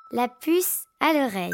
La puce à l'oreille.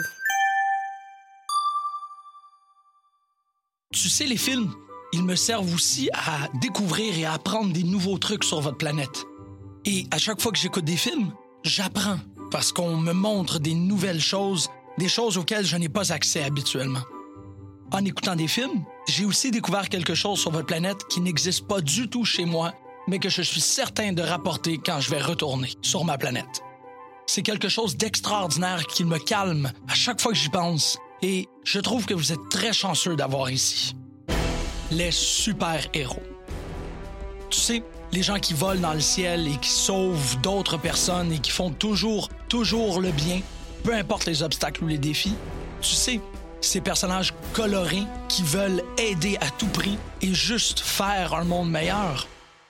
Tu sais, les films, ils me servent aussi à découvrir et à apprendre des nouveaux trucs sur votre planète. Et à chaque fois que j'écoute des films, j'apprends parce qu'on me montre des nouvelles choses, des choses auxquelles je n'ai pas accès habituellement. En écoutant des films, j'ai aussi découvert quelque chose sur votre planète qui n'existe pas du tout chez moi, mais que je suis certain de rapporter quand je vais retourner sur ma planète. C'est quelque chose d'extraordinaire qui me calme à chaque fois que j'y pense. Et je trouve que vous êtes très chanceux d'avoir ici. Les super-héros. Tu sais, les gens qui volent dans le ciel et qui sauvent d'autres personnes et qui font toujours le bien, peu importe les obstacles ou les défis. Tu sais, ces personnages colorés qui veulent aider à tout prix et juste faire un monde meilleur.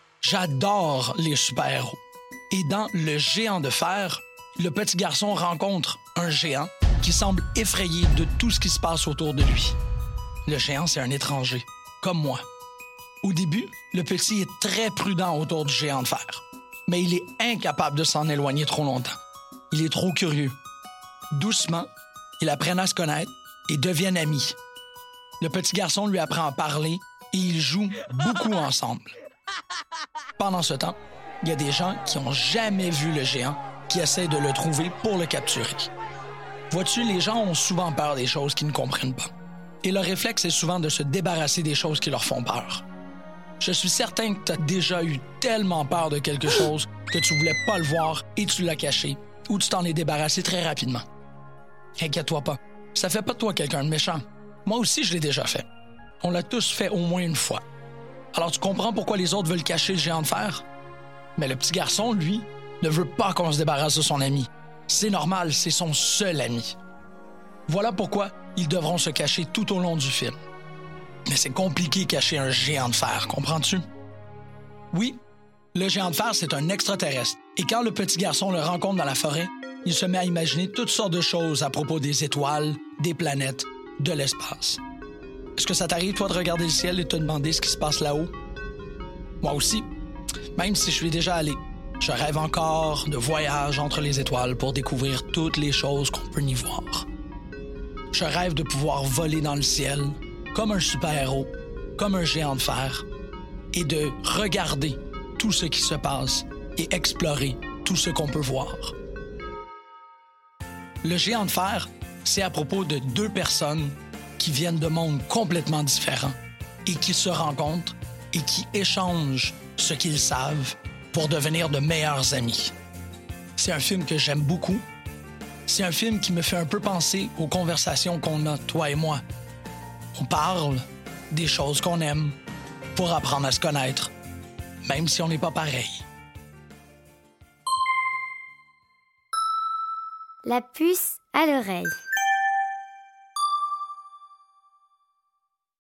J'adore les super-héros. Et dans Le Géant de fer, le petit garçon rencontre un géant qui semble effrayé de tout ce qui se passe autour de lui. Le géant, c'est un étranger, comme moi. Au début, le petit est très prudent autour du géant de fer, mais il est incapable de s'en éloigner trop longtemps. Il est trop curieux. Doucement, ils apprennent à se connaître et deviennent amis. Le petit garçon lui apprend à parler et ils jouent beaucoup ensemble. Pendant ce temps, il y a des gens qui n'ont jamais vu le géant qui essaient de le trouver pour le capturer. Vois-tu, les gens ont souvent peur des choses qu'ils ne comprennent pas. Et leur réflexe est souvent de se débarrasser des choses qui leur font peur. Je suis certain que tu as déjà eu tellement peur de quelque chose que tu voulais pas le voir et tu l'as caché, ou tu t'en es débarrassé très rapidement. Inquiète-toi pas, ça fait pas de toi quelqu'un de méchant. Moi aussi, je l'ai déjà fait. On l'a tous fait au moins une fois. Alors tu comprends pourquoi les autres veulent cacher le géant de fer? Mais le petit garçon, lui, ne veut pas qu'on se débarrasse de son ami. C'est normal, c'est son seul ami. Voilà pourquoi ils devront se cacher tout au long du film. Mais c'est compliqué cacher un géant de fer, comprends-tu? Oui, le géant de fer, c'est un extraterrestre. Et quand le petit garçon le rencontre dans la forêt, il se met à imaginer toutes sortes de choses à propos des étoiles, des planètes, de l'espace. Est-ce que ça t'arrive, toi, de regarder le ciel et de te demander ce qui se passe là-haut? Moi aussi, même si je suis déjà allé. Je rêve encore de voyages entre les étoiles pour découvrir toutes les choses qu'on peut y voir. Je rêve de pouvoir voler dans le ciel, comme un super-héros, comme un géant de fer, et de regarder tout ce qui se passe et explorer tout ce qu'on peut voir. Le géant de fer, c'est à propos de deux personnes qui viennent de mondes complètement différents et qui se rencontrent et qui échangent ce qu'ils savent pour devenir de meilleurs amis. C'est un film que j'aime beaucoup. C'est un film qui me fait un peu penser aux conversations qu'on a, toi et moi. On parle des choses qu'on aime pour apprendre à se connaître, même si on n'est pas pareil. La puce à l'oreille.